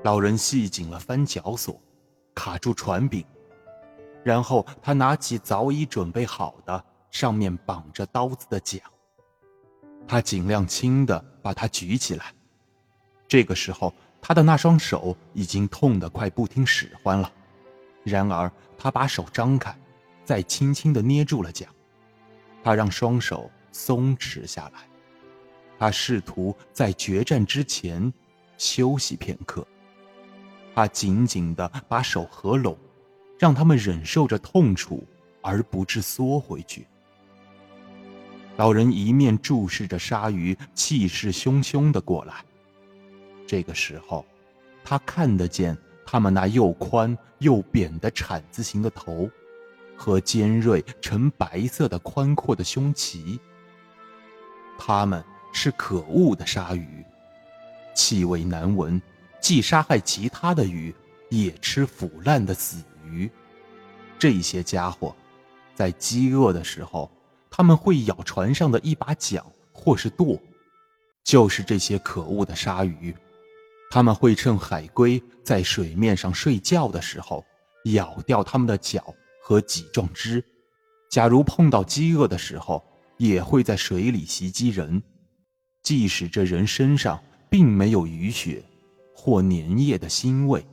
老人系紧了翻脚索，卡住船柄，然后他拿起早已准备好的上面绑着刀子的桨，他尽量轻地把它举起来。这个时候他的那双手已经痛得快不听使唤了，然而他把手张开，再轻轻地捏住了桨。他让双手松弛下来，他试图在决战之前休息片刻。他紧紧地把手合拢，让他们忍受着痛楚而不致缩回去。老人一面注视着鲨鱼气势汹汹地过来，这个时候他看得见他们那又宽又扁的铲子形的头和尖锐呈白色的宽阔的胸鳍。它们是可恶的鲨鱼，气味难闻，既杀害其他的鱼，也吃腐烂的死鱼。这些家伙在饥饿的时候，他们会咬船上的一把桨或是舵。就是这些可恶的鲨鱼，他们会趁海龟在水面上睡觉的时候咬掉它们的脚和脊状肢，假如碰到饥饿的时候，也会在水里袭击人，即使这人身上并没有鱼血或粘液的腥味。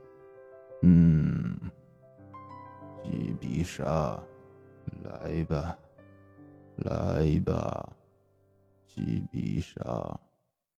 基比沙，来吧，来吧，基比沙。